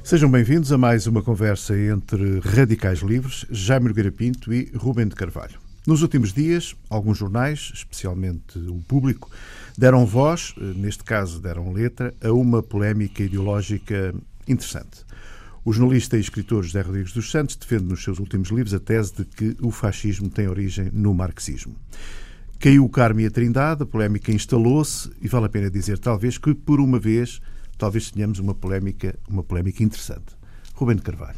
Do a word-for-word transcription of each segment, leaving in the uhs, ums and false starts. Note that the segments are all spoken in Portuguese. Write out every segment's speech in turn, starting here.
Sejam bem-vindos a mais uma conversa entre radicais livres, Jaime Nogueira Pinto e Rubem de Carvalho. Nos últimos dias, alguns jornais, especialmente o Público, deram voz, neste caso deram letra, a uma polémica ideológica interessante. O jornalista e escritor José Rodrigues dos Santos defende nos seus últimos livros a tese de que o fascismo tem origem no marxismo. Caiu o Carmo e a Trindade, a polémica instalou-se e vale a pena dizer, talvez, que por uma vez, talvez tenhamos uma polémica, uma polémica interessante. Rubem de Carvalho.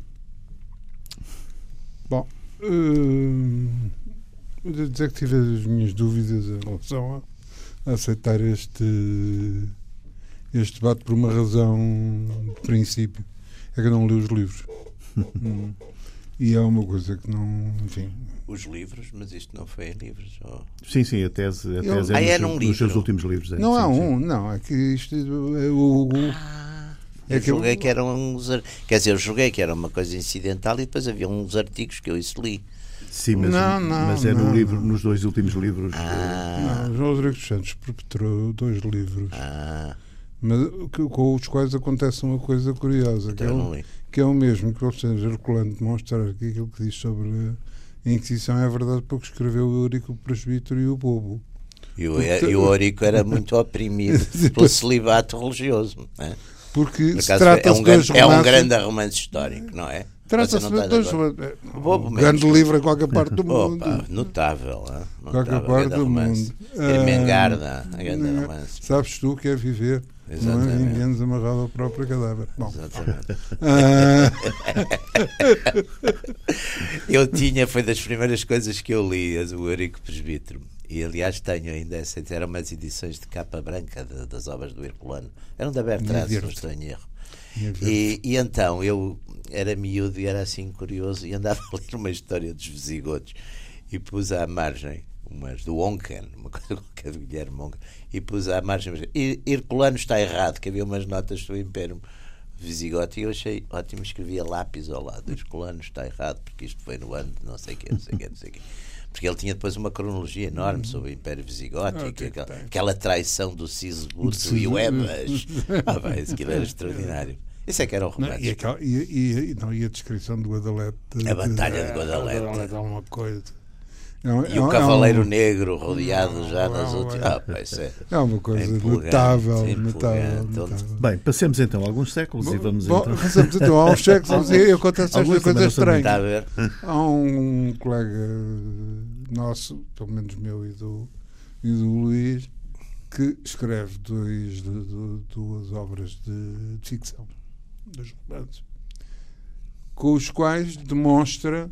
Bom, uh, vou dizer que tive as minhas dúvidas em relação a, a aceitar este, este debate por uma razão de princípio. É que eu não li os livros. hum. E é uma coisa que não, enfim... Os livros, mas isto não foi em livros? Ou... Sim, sim, a tese, a tese Eu... é, ah, é nos, num seus, nos seus últimos livros. É. Não sim, há um, sim. não, é que isto é o... Ah, é eu que eu julguei que eram uns... Quer dizer, eu julguei que era uma coisa incidental e depois havia uns artigos que eu isso li. Sim, mas, não, não, mas é não, no livro, não. nos dois últimos livros. Ah, Não, João Rodrigues dos Santos perpetrou dois livros, ah, mas, que, com os quais acontece uma coisa curiosa, que é, então eu o, não li. que é o mesmo que o Alexandre Herculano demonstrar aqui, aquilo que diz sobre a Inquisição é verdade, porque escreveu o Eurico o Presbítero e o Bobo. E o, Porque- e o Eurico era muito oprimido pelo celibato religioso. Não é? Porque Por se acaso, é, trata-se um de dois grande, é um romances- grande romance histórico, não é? Trata-se Você de não está dois de acordo? romances. Bobo Um mesmo. grande livro em qualquer parte do mundo. Opa, notável, hein? Qualquer Notável, parte grande do romance. mundo. Ermengarda, Ah, a grande não é? romance. Sabes tu que é viver, não é? Exatamente. vinte anos amarrado ao próprio cadáver. Bom, Exatamente. ah, Eu tinha, foi das primeiras coisas que eu li, o Eurico Presbítero. E aliás tenho ainda essa, eram umas edições de capa branca de, das obras do Herculano. Eram da Bertrand, se não estou em erro. E, e então eu era miúdo e era assim curioso e andava a ler uma história dos visigodos e pus à margem umas do Onken, uma coisa qualquer do Guilherme Onken, e pus à margem "Her- Herculano está errado", que havia umas notas do Império Visigote e eu achei ótimo, escrevia lápis ao lado, Herculano está errado porque isto foi no ano de não sei o quê, não sei o quê, não sei o quê. Porque ele tinha depois uma cronologia enorme sobre o Império Visigote, Ah, e que, tem, aquela, tem. aquela traição do Sisebuto e o Ebas. Ah, bem, isso aquilo era extraordinário. Isso é que era um não, romance. e, aquela- e- e- e- não, e a descrição do Guadalete. A Batalha de Guadalete. Guadalete é uma coisa. É um- E é um- o Cavaleiro é um- Negro rodeado já não, nas não, últimas. é- Ah, pá, isso é. É uma coisa empolgante, notável, empolgante, notável, onde- notável. Bem, passemos então alguns séculos e vamos Bom, então... passamos então há uns séculos e acontece esta Alguns coisa também não são Está estranha. a ver? Há um colega nosso, pelo menos meu e do, e do Luís, que escreve dois, de- de- duas obras de, de ficção, dois romances, com os quais demonstra,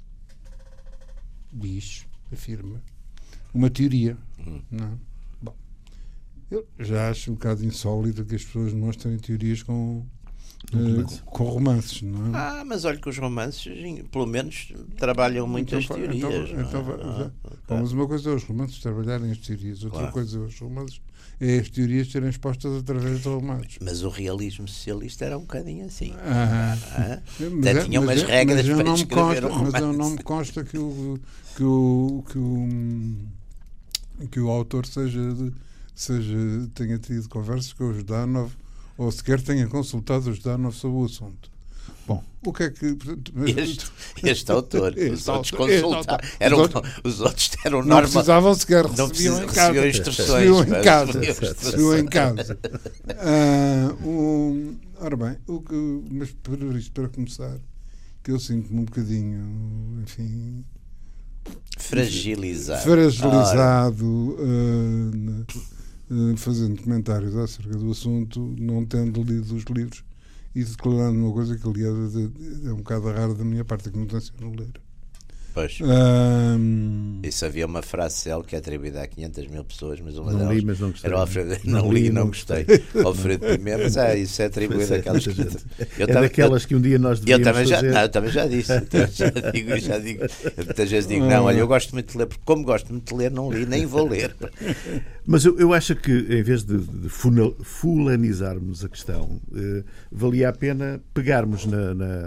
diz, afirma, uma teoria. Hum. Não é? Bom, eu já acho um bocado insólito que as pessoas mostrem teorias com, Um eh, romance. com romances, não é? Ah, mas olha que os romances, pelo menos, trabalham muito as Então, teorias. então, não é? então, vai- Ah, vai- ah, Bom, mas uma coisa é os romances trabalharem as teorias, outra Claro. coisa é os romances é as teorias serem expostas através de romances. Mas o realismo socialista era um bocadinho assim. Ah, Ah, mas até é- tinha mas umas é- regras mas eu para não me escrever consta, um Mas eu romance. não me consta que o, que o, que o, que o autor seja, de- seja, tenha tido conversas com os Danov ou sequer tenha consultado os Danov sobre o assunto. Bom, o que é que... portanto, mas- Este, este autor, os Este outros autor, este consultaram. autor. Eram, Os outros- os outros eram não normal. precisavam sequer, Não recebiam precisa, em casa. recebiam instruções. Recebiam em mas casa. recebiam Recebiam em instruções. casa. Ah, um, ora bem, o que, mas para isto, para começar, que eu sinto-me um bocadinho, enfim, Fragilizado. fragilizado, ah, na- ah, fazendo comentários acerca do assunto, não tendo lido os livros e declarando uma coisa que, aliás, é é um bocado raro da minha parte, que não tenciono ler. Pois. Ah, Isso havia uma frase célebre que é atribuída a quinhentas mil pessoas, mas uma Não delas li, mas não gostei. era o Alfredo. Não Não, li, li e não não gostei. Alfredo primeiro, mas ah, isso é atribuído Pois é, àquelas muita que. gente. Eu É tava- daquelas que um dia nós Eu devíamos também já, fazer. não, eu também já disse, eu também já digo, já digo, muitas vezes digo, não, olha, eu gosto muito de ler, porque como gosto muito de ler, não li, nem vou ler. Mas eu, eu acho que, em vez de, de funa- fulanizarmos a questão, eh, valia a pena pegarmos na, na-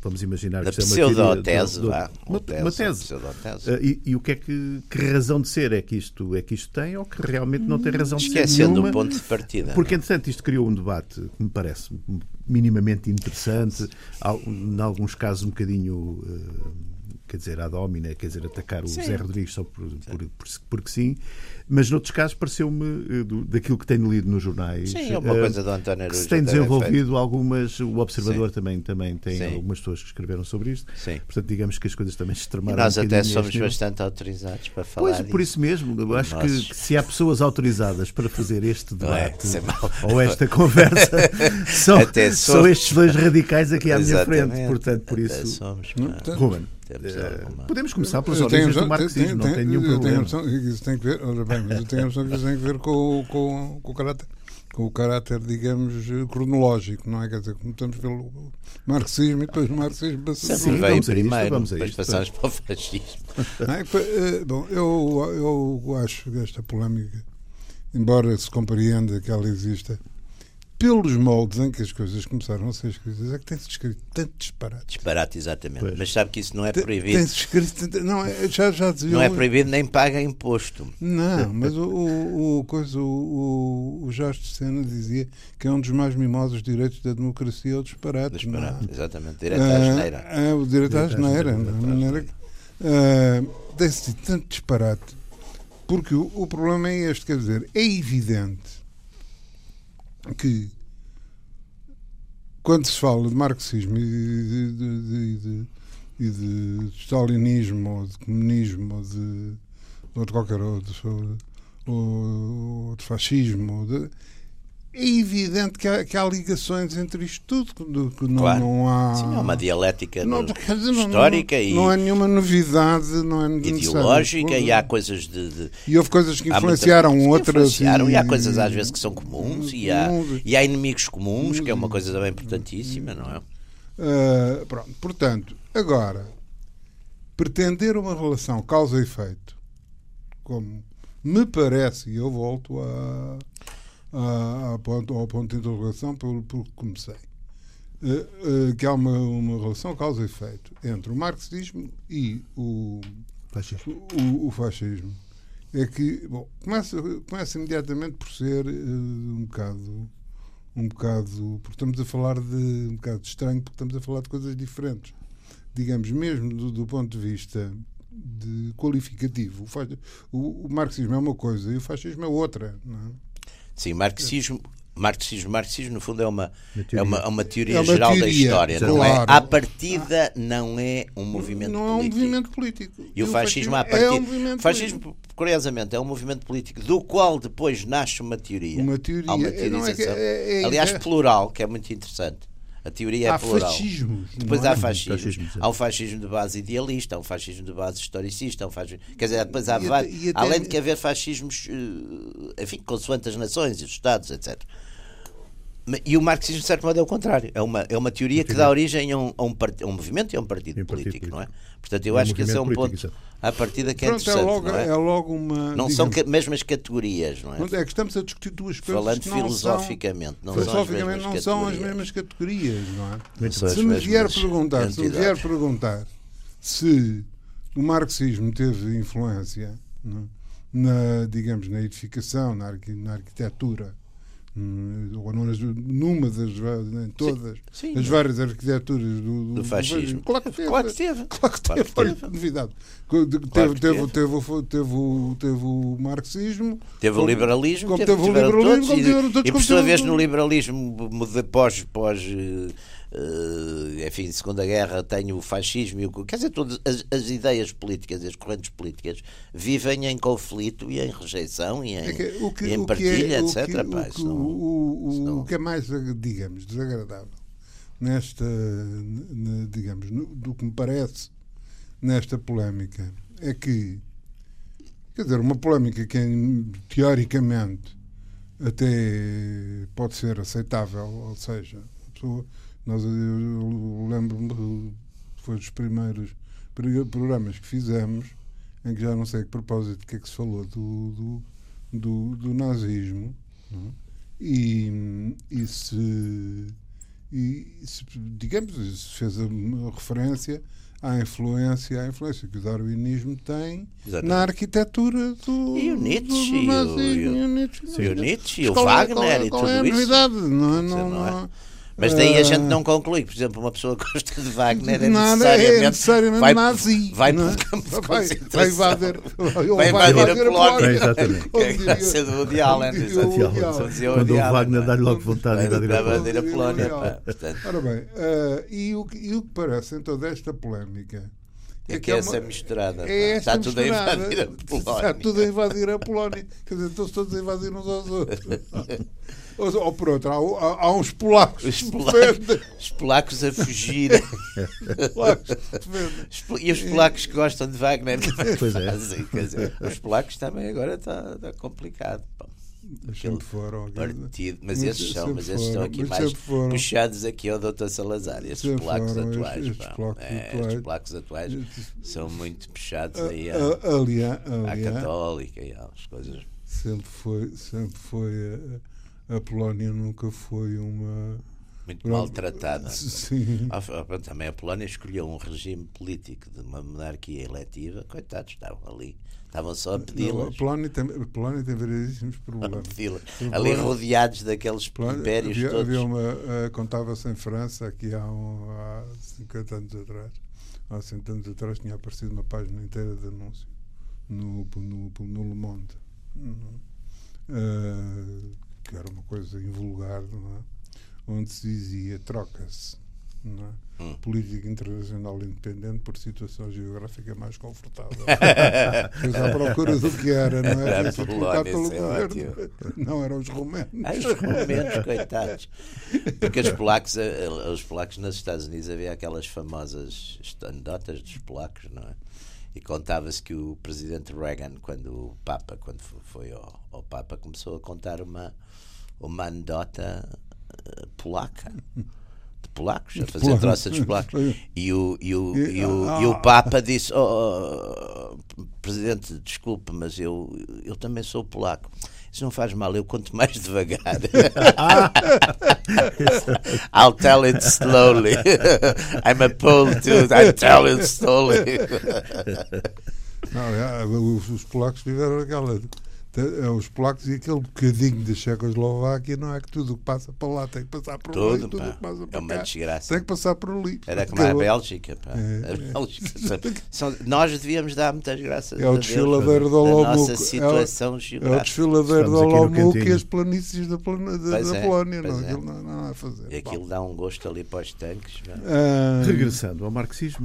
vamos imaginar da que isto é uma pseudotese, teoria, vá. uma, Tese, uma tese. Pseudotese. Uh, e, e o que é que, que razão de ser é que isto, é que isto tem, ou que realmente não tem razão de ser Esquecendo nenhuma? o ponto de partida. Porque, entretanto, isto criou um debate que me parece minimamente interessante, em alguns casos um bocadinho, uh, quer dizer, ad hominem, quer dizer, atacar o Sim. Zé Rodrigues só por, por, por, porque sim, mas noutros casos pareceu-me, uh, do, daquilo que tenho lido nos jornais, Sim, é uma uh, coisa do António que Araújo se tem até bem desenvolvido algumas, o Observador Sim. também, também tem Sim. algumas pessoas que escreveram sobre isto, Sim. portanto, digamos que as coisas também se E extremaram nós um até bocadinho somos neste nível. bastante autorizados para falar Pois, disso. por isso mesmo, eu acho que, Nossos- que se há pessoas autorizadas para fazer este Não é? debate Isso é mau. ou esta conversa, são, Até são somos. estes dois radicais aqui à minha Exatamente. frente, portanto, por Até isso, somos, Não, pá. portanto, Ruben, Temos eh, alguma- podemos começar pelas Eu tenho origens do noção- marxismo, tenho- não tem tenho- nenhum eu tenho problema. noção que isso tem que ver, ora bem, mas eu tenho a noção que isso tem que ver com, com, com o caráter, com o caráter, digamos, cronológico, não é? Quer dizer, começamos pelo marxismo e depois o marxismo passa Sempre Sim, veio vamos a isto, primeiro, vamos a depois isto, passamos para o fascismo. Não é? Eh, Bom, eu, eu acho que esta polémica, embora se compreenda que ela exista, pelos moldes em que as coisas começaram a ser escritas, é que tem-se escrito tanto disparate. Disparate, exatamente. Pois. Mas sabe que isso não é Tem- proibido. Tem-se escrito. Não, é- já, já dizia. Não é o- proibido nem paga imposto. Não, mas o, o, o, coisa, o, o, o Jorge de Sena dizia que é um dos mais mimosos direitos da democracia, o disparate. Disparate, não é? exatamente. Direito à asneira. Ah, é, o direito à Direito à asneira. asneira, de maneira que, ah, tem-se dito tanto disparate, porque o, o problema é este, quer dizer, é evidente que quando se fala de marxismo e de, de, de, de, e de stalinismo ou de comunismo ou de, ou de qualquer outro, ou, ou de fascismo, ou de, é evidente que há, que há ligações entre isto tudo, que, que não, Claro. não há. Sim, é uma dialética Não, no- quer dizer, não- histórica não, e não há nenhuma novidade, não é ideológica, e há coisas de. de E houve coisas que há muita- influenciaram que outras. influenciaram, e há coisas às vezes que são comuns, e há, comuns. e há inimigos comuns, que é uma coisa também importantíssima, não é? Uh, pronto, portanto, agora, pretender uma relação causa e efeito, como me parece, e eu volto a, a, a ponto, ao ponto de interrogação pelo, pelo que comecei, uh, uh, que há uma, uma relação causa e efeito entre o marxismo e o, Fascismo. o, o fascismo. É que, bom, começa, começa imediatamente por ser uh, um bocado. um bocado, porque estamos a falar de um bocado estranho, porque estamos a falar de coisas diferentes, digamos, mesmo do, do ponto de vista de qualificativo. O, fa- o, o marxismo é uma coisa e o fascismo é outra, não é? Sim, marxismo, marxismo, marxismo no fundo é uma, Uma teoria. é uma, é uma teoria É uma geral da teoria, história, não claro. é? À partida não é um movimento não é um político. movimento político. E o fascismo, à é partida, um movimento o fascismo, curiosamente, é um movimento político do qual depois nasce uma teoria. Uma teoria. Há uma É, não é que- teorização. é- é- Aliás, é- plural, que é muito interessante. A teoria é há plural. fascismos. Depois não é? há fascismo. Fascismo, sim. Há um fascismo de base idealista, há um fascismo de base historicista, há um fascismo... Quer dizer, depois há E até- vários... e até- Além de que haver fascismos, eh, enfim, consoante as nações e os Estados, etcétera. Ma- E o marxismo, de certo modo, é o contrário. É uma, é uma teoria que dá origem a um, a um, part... a um movimento e a um partido, E um partido político, não é? político. Portanto, eu É um acho que esse é um movimento ponto político, à partida que é Pronto, é interessante, logo, não é? é logo uma. Não são digamos, ca- mesmas categorias, não é? pronto, é que estamos a discutir duas coisas Falando que não filosoficamente, são, não são as filosoficamente mesmas não são as categorias. mesmas categorias, não é? Não são as Se me vier mesmas perguntar, se me vier entidades. perguntar se o marxismo teve influência, não é? Na, digamos, na edificação, na, arqui- na arquitetura, hum, ou nas- numa das va- em todas sim, as não. várias arquiteturas do, do, Do fascismo. Claro que teve. Claro que teve. Claro que Claro teve, que olha, teve. novidade. Teve, Claro que teve, teve. teve, o- teve, o, teve o marxismo, Teve o como- liberalismo, como teve, teve o tiveram liberalismo, todos, como e, tiveram todos, e por como sua teve- vez no liberalismo de pós, pós eh, eh, enfim, Segunda Guerra tem o fascismo e o, quer dizer, todas as, as ideias políticas e as correntes políticas vivem em conflito e em rejeição e em, É que o que- e em o que partilha, é- o etcétera. que- Pá, o que- isso não- o- o- isso não- O que é mais, digamos, desagradável nesta, n- digamos, no- do que me parece nesta polémica é que, quer dizer, uma polémica que teoricamente até pode ser aceitável, ou seja, a pessoa, nós, eu lembro-me, foi dos primeiros pri- programas que fizemos, em que já não sei a que propósito que é que se falou do, do, do, do nazismo, não é? e, e, se, e se, digamos, se fez uma referência à influência, à influência que o darwinismo tem Exatamente. na arquitetura do e o Nietzsche, do, do e, o, e, o, e o Nietzsche, e o, Nietzsche, e o Wagner qual é, qual é, e tudo é isso. Não, não, não, não é? não, Mas daí a gente não conclui, por exemplo, uma pessoa que gosta de Wagner é nada, necessariamente, é necessariamente vai, nazi, vai não é? para o campo de vai, concentração. vai invadir, vai invadir a Polónia. É, exatamente. Que é a ser do Woody Allen. Quando o Wagner dá-lhe logo vontade de invadir a Polónia. A Polónia pá, Ora bem, uh, e, o, e o que parece em toda esta polémica é que, que é essa uma, misturada. É está tudo misturada, a invadir a Polónia. Está tudo a invadir a Polónia. Quer dizer, estão-se todos a invadir uns aos outros. Ou, ou por outro, há, há, há uns polacos. Os polacos, os polacos a fugirem. E os polacos que gostam de Wagner também pois fazem. É. Quer dizer, os polacos também agora está, está complicado. Pá. Sempre foram partido, mas esses são, mas esses estão aqui mais foram. puxados aqui ao doutor Salazar. Estes sempre polacos foram, atuais, estes, estes, polacos é, atuais. estes polacos atuais são muito puxados a, aí à, a, aliás, à católica e às coisas. Sempre foi, sempre foi a, a Polónia nunca foi uma muito maltratada. Sim. Também a Polónia escolheu um regime político de uma monarquia eletiva. Coitados, estavam ali. Estavam só a pedi-las. A Polónia tem, a Polónia tem variedíssimos problemas. Ali rodeados daqueles Polónia, impérios havia, todos. Havia uma, uh, contava-se em França, aqui há, um, há cinquenta anos atrás, há cinquenta anos atrás tinha aparecido uma página inteira de anúncio no, no, no Le Monde. Uh, que era uma coisa invulgar, não é? Onde se dizia troca-se, não é? hum. política internacional independente por situação geográfica mais confortável. Pois à procura do que era, não era? Era Polónia, pelo governo. Não eram os romanos. Ah, os romanos, coitados. Porque os polacos, os polacos nos Estados Unidos havia aquelas famosas anedotas dos polacos, não é? E contava-se que o presidente Reagan, quando o Papa, quando foi ao, ao Papa, começou a contar uma, uma anedota polaca, de polacos, a fazer troças de polacos. E o, e o, e o, e o Papa disse: oh, oh, Presidente, desculpe, mas eu, eu também sou polaco. Isso não faz mal, eu conto mais devagar. I'll tell it slowly. I'm a Pole too, I'll tell it slowly. Não, os polacos tiveram aquela. Os polacos e aquele bocadinho da Checoslováquia, não é que tudo o que passa para lá tem que passar por tudo, ali, tudo pá, que passa para é uma cá desgraça. tem que passar por ali. Era como a Bélgica, pá. É, a Bélgica. É. São, nós devíamos dar muitas graças é o desfiladeiro da nossa situação é, geográfica. É o desfiladeiro da Olomouc e as planícies da, plana, da, da é, Polónia, não, é. aquilo não, não há a fazer. E aquilo Bom. dá um gosto ali para os tanques. Ah, regressando ao marxismo.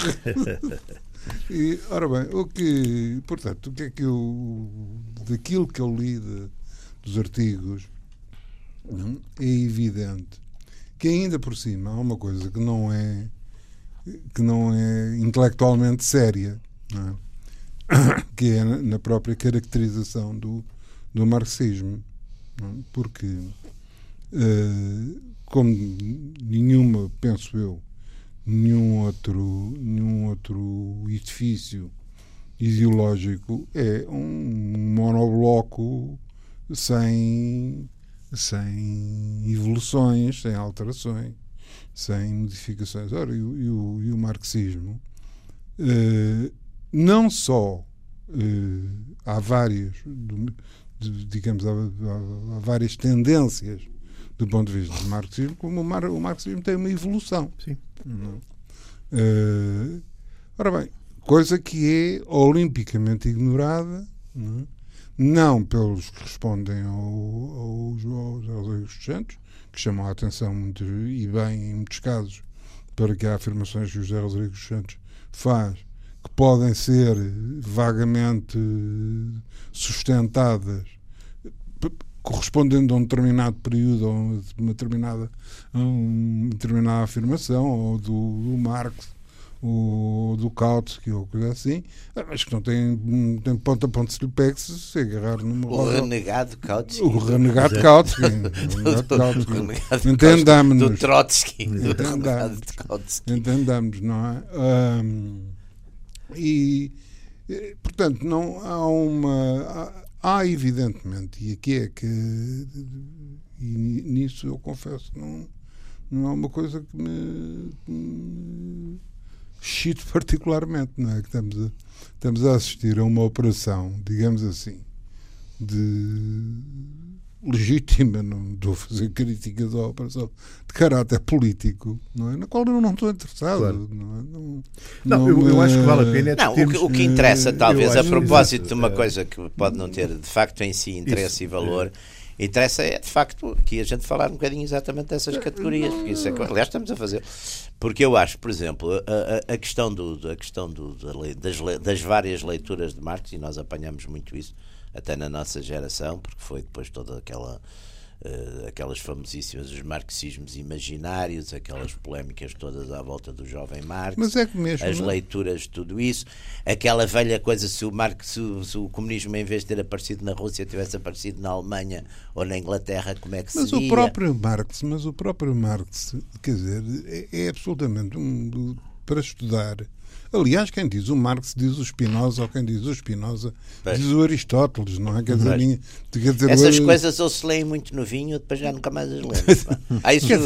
E, ora bem, o que, portanto, o que é que eu, daquilo que eu li de, dos artigos, não, é evidente que ainda por cima há uma coisa que não é que não é intelectualmente séria, não é? Que é na, na própria caracterização do, do marxismo, não é? Porque uh, como nenhuma, penso eu, nenhum outro, nenhum outro edifício ideológico é um monobloco sem, sem evoluções, sem alterações, sem modificações. Ora, e, e, o, e o marxismo, eh, não só eh, há várias, digamos, há, há, há várias tendências do ponto de vista do marxismo, como o, mar, o marxismo tem uma evolução. Sim. Não. Uh, ora bem, coisa que é olimpicamente ignorada, não, não pelos que respondem ao, aos, aos, aos Santos, que chamam a atenção muito, e bem em muitos casos, para que há afirmações que o José Rodrigues Santos faz, que podem ser vagamente sustentadas correspondendo a um determinado período, ou uma determinada, uma determinada afirmação, ou do, do Marx, ou do Kautsky, ou coisa assim, mas que não tem, não tem ponto a ponto se lhe pegue se se agarrar numa o roda. renegado Kautsky. O renegado Kautsky. Entendamos-nos. Do Trotsky. Entendamos, não é? Um, e, portanto, não há uma... Há, Há, evidentemente, e aqui é que, e nisso eu confesso, não, não é uma coisa que me, que me excite particularmente, não é? Que estamos a, estamos a assistir a uma operação, digamos assim, de legítima, não estou a fazer críticas à operação, de caráter político, não é? Na qual eu não estou interessado. Claro. Não, é? não, não, não eu, eu é... acho que vale a pena é não, o, que, o que interessa, talvez, a propósito de uma coisa que pode não ter de facto em si interesse Isso, e valor, é. interessa é de facto aqui a gente falar um bocadinho exatamente dessas categorias, porque isso é que, aliás, estamos a fazer. Porque eu acho, por exemplo, a, a, a questão, do, a questão do, das, das várias leituras de Marx, e nós apanhamos muito isso, até na nossa geração, porque foi depois toda aquela uh, aquelas famosíssimas, os marxismos imaginários, aquelas polémicas todas à volta do jovem Marx, Mas é que mesmo, as não? leituras, tudo isso, aquela velha coisa, se o, Marx, se, o, se o comunismo, em vez de ter aparecido na Rússia, tivesse aparecido na Alemanha ou na Inglaterra, como é que mas seria? O próprio Marx, mas o próprio Marx, quer dizer, é, é absolutamente um, para estudar. Aliás, quem diz o Marx diz o Spinoza, ou quem diz o Spinoza Pois. diz o Aristóteles, não é? Quer dizer, minha, quer dizer, essas o... coisas ou se leem muito novinho, depois já nunca mais as leem. Ah, isso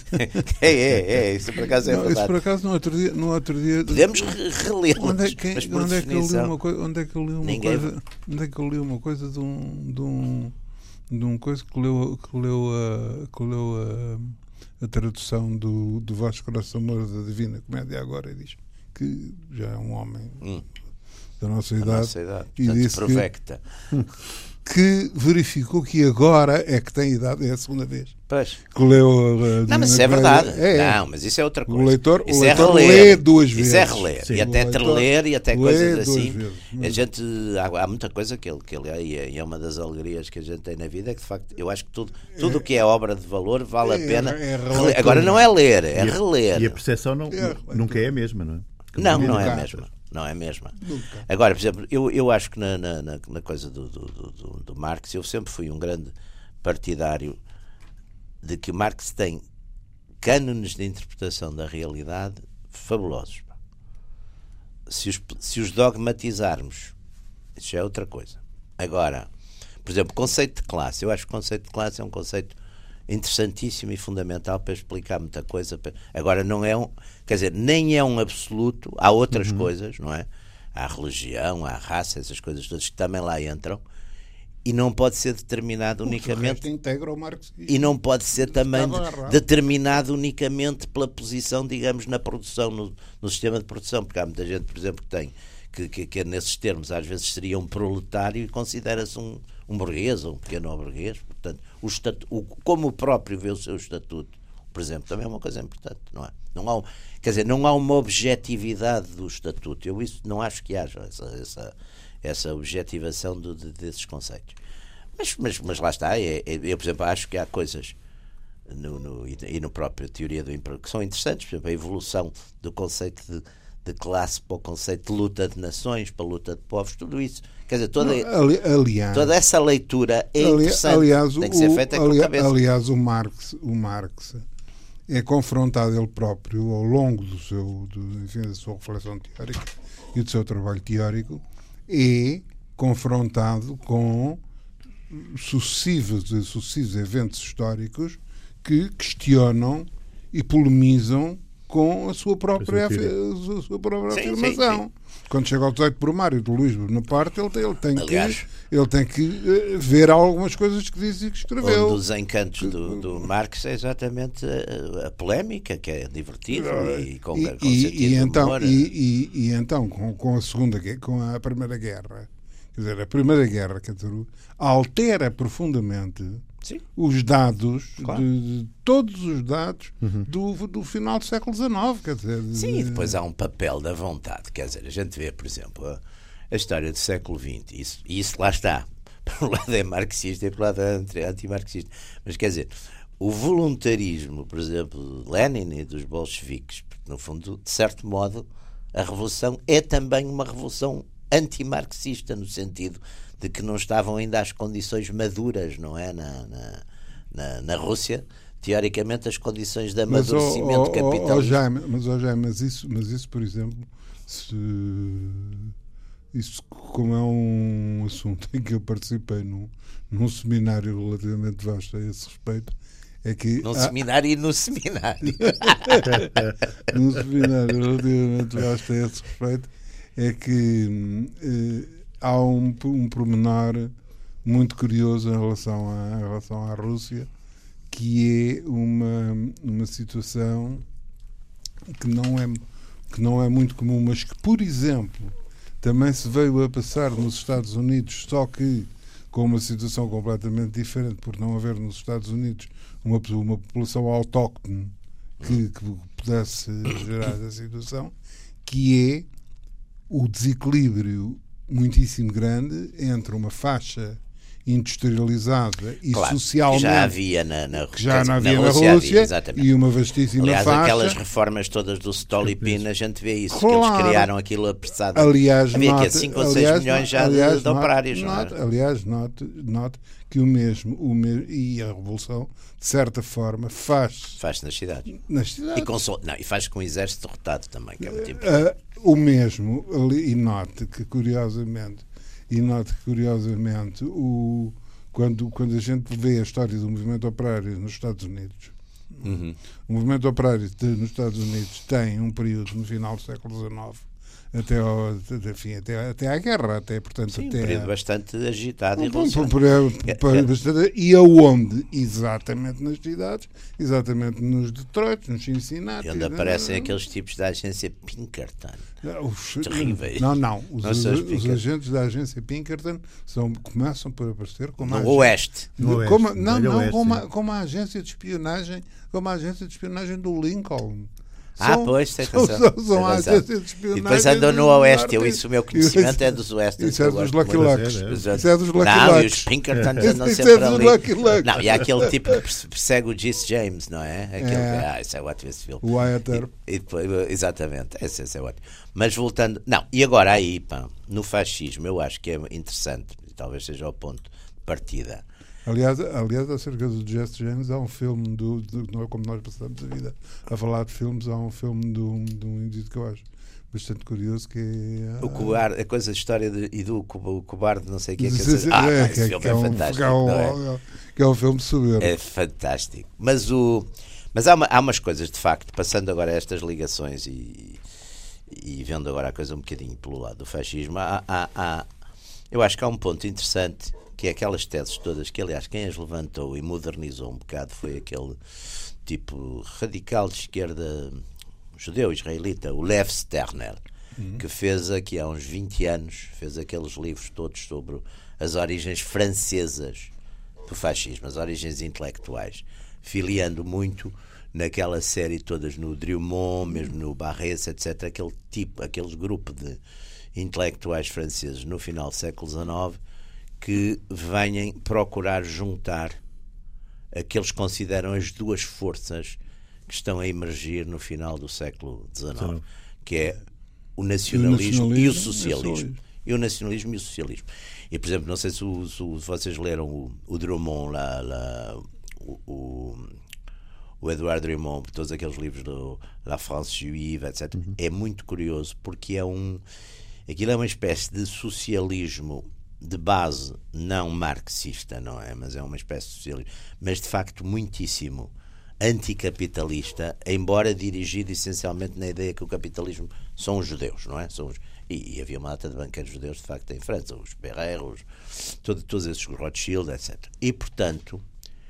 é, é, é, isso por acaso é não, verdade. Isso por acaso no outro dia, no outro dia podemos relê-los, onde é que, mas por onde é que eu li definição, uma coisa, onde é que eu li uma ninguém... coisa, onde é que eu li uma coisa de um de um, de um coisa que leu que leu a que leu a, a tradução do do Vasco Coração Moura da Divina Comédia agora e diz que já é um homem hum. da nossa da idade, nossa idade. e Portanto, disse provecta. que, que verificou que agora é que tem idade, é a segunda vez Pois. que leu a, a Não, mas isso é verdade. é, não, mas isso é outra coisa. o leitor, isso o é leitor reler. lê duas vezes. Isso é reler. Sim, e até treler e até coisas assim. Vezes. A gente, há, há muita coisa que ele, que ele é, e é uma das alegrias que a gente tem na vida, é que de facto eu acho que tudo tudo o que é obra de valor vale a pena. É, é reler. Agora não é ler, é e a, reler. E a percepção não, É, nunca é a mesma, não é? Não, não Nunca. é a mesma. Não é a mesma. Nunca. Agora, por exemplo, eu, eu acho que na, na, na coisa do, do, do, do Marx, eu sempre fui um grande partidário de que Marx tem cânones de interpretação da realidade fabulosos. Se os, se os dogmatizarmos, isso já é outra coisa. Agora, por exemplo, conceito de classe. Eu acho que o conceito de classe é um conceito interessantíssimo e fundamental para explicar muita coisa. Agora, não é um, quer dizer, nem é um absoluto, há outras uhum. coisas, não é? Há a religião, há a raça, essas coisas todas que também lá entram, e não pode ser determinado o unicamente integra o marxismo. E não pode ser também de, determinado unicamente pela posição, digamos, na produção, no, no sistema de produção, porque há muita gente, por exemplo, que tem que, que, que nesses termos às vezes seria um proletário e considera-se um, um burguês ou um pequeno burguês. Portanto, o estatu, o, como o próprio vê o seu estatuto, por exemplo, também é uma coisa importante, não é? Não há, quer dizer, não há uma objetividade do estatuto. Eu isso não acho que haja essa, essa, essa objetivação do, de, desses conceitos. Mas, mas, mas lá está, é, é, eu, por exemplo, acho que há coisas no, no, e no próprio teoria do emprego que são interessantes, por exemplo, a evolução do conceito de, de classe para o conceito de luta de nações, para a luta de povos, tudo isso. Quer dizer, toda, ali, aliás, toda essa leitura é interessante, aliás, tem que ser feita o, com a cabeça. Aliás, o Marx, o Marx é confrontado ele próprio ao longo do seu, do, enfim, da sua reflexão teórica e do seu trabalho teórico, é confrontado com sucessivos e sucessivos eventos históricos que questionam e polemizam com a sua própria, a sua própria sim, afirmação. Sim, sim. Quando chega ao dezoito Brumário do Luís Bonaparte, ele tem, ele tem Aliás, que, ele tem que uh, ver algumas coisas que disse e que escreveu. Um dos encantos do, do Marx é exatamente a, a polémica, que é divertido uh, e com, e, com e, sentido e então, humor. E, e, e então com, com a segunda, com a Primeira Guerra, quer dizer, a Primeira Guerra, quer dizer, altera profundamente Sim. os dados, claro. de, de todos os dados uhum. do, do final do século dezenove. Quer dizer, de... Sim, e depois há um papel da vontade. Quer dizer, a gente vê, por exemplo, a, a história do século vinte, e isso, e isso lá está. Por um lado é marxista e por um lado é anti-marxista. Mas quer dizer, o voluntarismo, por exemplo, de Lenin e dos bolcheviques, porque no fundo, de certo modo, a revolução é também uma revolução anti-marxista, no sentido de que não estavam ainda as condições maduras, não é? Na, na, na, na Rússia, teoricamente, as condições de amadurecimento mas, oh, oh, capitalista. Oh, Jaime, mas, oh, Jaime, mas, isso, mas isso, por exemplo, se, isso como é um assunto em que eu participei num, num seminário relativamente vasto a esse respeito, é que num há, seminário e no seminário. num seminário relativamente vasto a esse respeito, é que eh, há um, um pormenor muito curioso em relação à, em relação à Rússia, que é uma, uma situação que não é, que não é muito comum, mas que, por exemplo, também se veio a passar nos Estados Unidos, só que com uma situação completamente diferente, por não haver nos Estados Unidos uma, uma população autóctone que, que pudesse gerar essa situação, que é o desequilíbrio muitíssimo grande entre uma faixa industrializada e claro, socialmente já havia na, na, que já não havia na, na Rússia, Rússia, havia, e uma vastíssima aliás, faixa. aquelas reformas todas do Stolypin, a gente vê isso, Claro. que eles criaram aquilo apressado. Aliás, havia note, aqui cinco ou aliás, seis milhões já aliás, de, de operários. Note, não é? aliás, note, note que o mesmo, o mesmo e a Revolução, de certa forma, faz Faz nas cidades. nas cidades. E, consol... não, e faz com o exército derrotado também, que é muito importante. Uh, o mesmo, ali, e note que curiosamente, e note que curiosamente, o, quando, quando a gente vê a história do movimento operário nos Estados Unidos, Uhum. o movimento operário de, nos Estados Unidos tem um período no final do século dezenove até, ao, enfim, até, até à guerra, até, portanto, Sim, até um período a, bastante agitado e Por- por- revolucionário. por- por- bastante- E aonde? Exatamente nas cidades, exatamente nos Detroit, nos Cincinnati. E onde aparecem aqueles tipos da agência Pinkerton. Os- terríveis. Não, não. Os, Não são os os Pinkerton. agentes da agência Pinkerton são, começam por aparecer como No agente- Oeste. No Oeste, como, no não, Velho não, Oeste, como, sim. a, como a agência de espionagem, como a agência de espionagem do Lincoln. Ah, São- pois, tem são, razão. são, Tem são a razão. agência de espionagem. E depois andam no do Oeste. Norte. Eu, isso, o meu conhecimento Isso- é dos Westerns. Isso é que eu dos gosto Lucky muito. Lucks. É, é. Os- Isso é dos Lucky Não, e os Lucks. Pinkertons andam Isso é sempre dos ali. Lucky Lucks. Não, e há aquele tipo que perse- persegue o Jesse James, não é? Aquele É. que, ah, isso é ótimo esse filme. O Wyatt Earp. E, e depois, exatamente, esse, esse é ótimo. Mas voltando, não, e agora aí, pá, no fascismo, eu acho que é interessante, e talvez seja o ponto de partida. Aliás, aliás, acerca do Jesse James, há um filme do, do não é como nós passamos a vida a falar de filmes, há um filme de um, de um indivíduo que eu acho bastante curioso, que é O cobarde, a coisa, a história de, e do co- o cobarde, não sei o que é que Sim, sim, ah, é, esse que- filme que é, é um- fantástico. que é um- não é? que é um filme soberbo. É fantástico. Mas, o, mas há, uma, há umas coisas, de facto, passando agora a estas ligações e, e vendo agora a coisa um bocadinho pelo lado do fascismo, há, há, há, eu acho que há um ponto interessante, que é aquelas teses todas, que aliás quem as levantou e modernizou um bocado foi aquele tipo radical de esquerda judeu, israelita, o Lev Sterner, uhum. que fez aqui há uns vinte anos, fez aqueles livros todos sobre as origens francesas do fascismo, as origens intelectuais, filiando muito naquela série todas no Drummond, mesmo no Barrès, etcétera, aquele tipo, aquele grupo de intelectuais franceses no final do século dezenove que venham procurar juntar aqueles que consideram as duas forças que estão a emergir no final do século dezenove, que é o nacionalismo, o nacionalismo e o socialismo. E o nacionalismo e o socialismo. E, por exemplo, não sei se, o, se vocês leram o, o Drummond, lá, lá, o, o, o Edouard Drummond, todos aqueles livros do La France Juive, etcétera. Uhum. É muito curioso, porque é um... Aquilo é uma espécie de socialismo de base não marxista, não é? Mas é uma espécie de socialismo. Mas, de facto, muitíssimo anticapitalista, embora dirigido essencialmente na ideia que o capitalismo são os judeus, não é? São os, e, e havia uma data de banqueiros judeus, de facto, em França, os Perreiros, todo, todos esses Rothschild, etcétera. E, portanto,